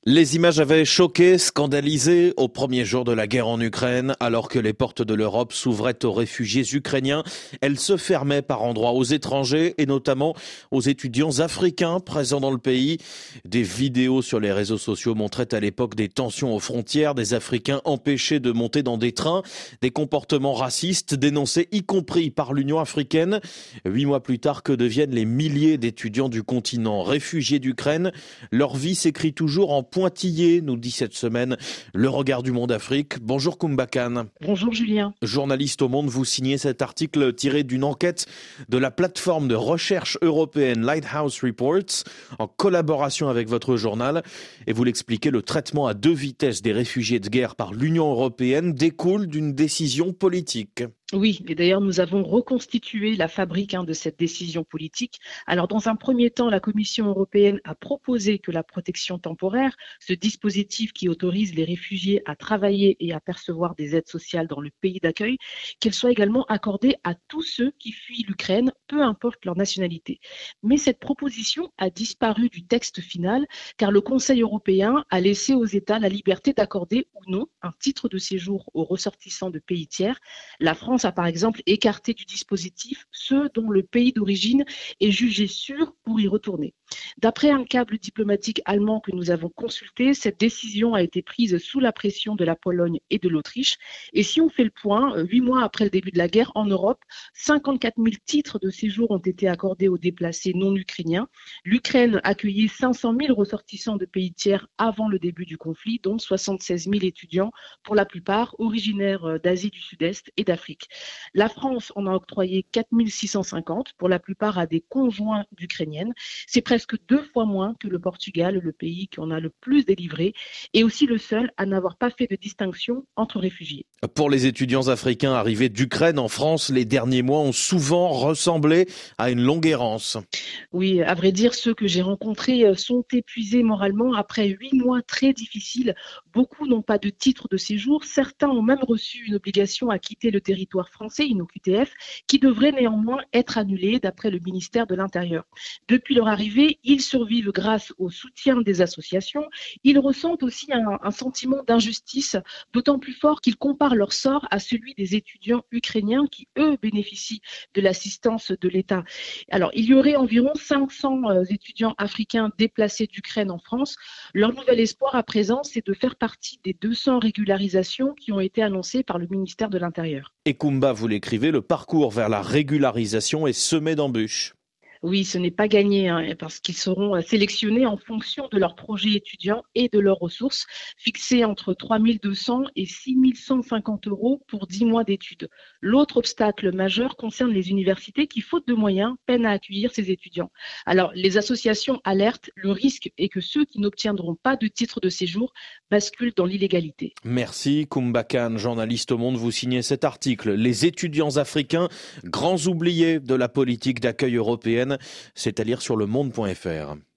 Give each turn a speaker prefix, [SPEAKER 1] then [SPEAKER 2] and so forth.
[SPEAKER 1] Les images avaient choqué, scandalisé au premier jour de la guerre en Ukraine. Alors que les portes de l'Europe s'ouvraient aux réfugiés ukrainiens, elles se fermaient par endroits aux étrangers et notamment aux étudiants africains présents dans le pays. Des vidéos sur les réseaux sociaux montraient à l'époque des tensions aux frontières, des Africains empêchés de monter dans des trains, des comportements racistes dénoncés y compris par l'Union africaine. 8 mois plus tard, que deviennent les milliers d'étudiants du continent réfugiés d'Ukraine? Leur vie s'écrit toujours en pointillé, nous dit cette semaine le regard du Monde Afrique. Bonjour Koumba Khan.
[SPEAKER 2] Bonjour Julien.
[SPEAKER 1] Journaliste au Monde, vous signez cet article tiré d'une enquête de la plateforme de recherche européenne Lighthouse Reports en collaboration avec votre journal. Et vous l'expliquez, le traitement à deux vitesses des réfugiés de guerre par l'Union européenne découle d'une décision politique.
[SPEAKER 2] Oui, et d'ailleurs nous avons reconstitué la fabrique de cette décision politique. Alors dans un premier temps, la Commission européenne a proposé que la protection temporaire, ce dispositif qui autorise les réfugiés à travailler et à percevoir des aides sociales dans le pays d'accueil, qu'elle soit également accordée à tous ceux qui fuient l'Ukraine, peu importe leur nationalité. Mais cette proposition a disparu du texte final car le Conseil européen a laissé aux États la liberté d'accorder ou non un titre de séjour aux ressortissants de pays tiers. La France a par exemple écarté du dispositif ceux dont le pays d'origine est jugé sûr pour y retourner. D'après un câble diplomatique allemand que nous avons consulté, cette décision a été prise sous la pression de la Pologne et de l'Autriche. Et si on fait le point, 8 mois après le début de la guerre en Europe, 54 000 titres de séjour ont été accordés aux déplacés non ukrainiens. L'Ukraine accueillait 500 000 ressortissants de pays tiers avant le début du conflit, dont 76 000 étudiants, pour la plupart originaires d'Asie du Sud-Est et d'Afrique. La France en a octroyé 4 650, pour la plupart à des conjoints d'Ukrainiennes. C'est presque 2 fois moins que le Portugal, le pays qui en a le plus délivré, et aussi le seul à n'avoir pas fait de distinction entre réfugiés.
[SPEAKER 1] Pour les étudiants africains arrivés d'Ukraine en France, les derniers mois ont souvent ressemblé à une longue errance.
[SPEAKER 2] Oui, à vrai dire, ceux que j'ai rencontrés sont épuisés moralement après 8 mois très difficiles. Beaucoup n'ont pas de titre de séjour. Certains ont même reçu une obligation à quitter le territoire français, une OQTF, qui devrait néanmoins être annulée d'après le ministère de l'Intérieur. Depuis leur arrivée, ils survivent grâce au soutien des associations. Ils ressentent aussi un sentiment d'injustice, d'autant plus fort qu'ils comparent leur sort à celui des étudiants ukrainiens qui, eux, bénéficient de l'assistance de l'État. Alors, il y aurait environ 500 étudiants africains déplacés d'Ukraine en France. Leur nouvel espoir à présent, c'est de faire partie des 200 régularisations qui ont été annoncées par le ministère de l'Intérieur.
[SPEAKER 1] Et Koumba, vous l'écrivez, le parcours vers la régularisation est semé d'embûches.
[SPEAKER 2] Oui, ce n'est pas gagné parce qu'ils seront sélectionnés en fonction de leur projet étudiant et de leurs ressources, fixées entre 3 200 et 6 150 euros pour 10 mois d'études. L'autre obstacle majeur concerne les universités qui, faute de moyens, peinent à accueillir ces étudiants. Alors, les associations alertent, le risque est que ceux qui n'obtiendront pas de titre de séjour basculent dans l'illégalité.
[SPEAKER 1] Merci Koumba Khan, journaliste au Monde, vous signez cet article. Les étudiants africains, grands oubliés de la politique d'accueil européenne, c'est à lire sur lemonde.fr.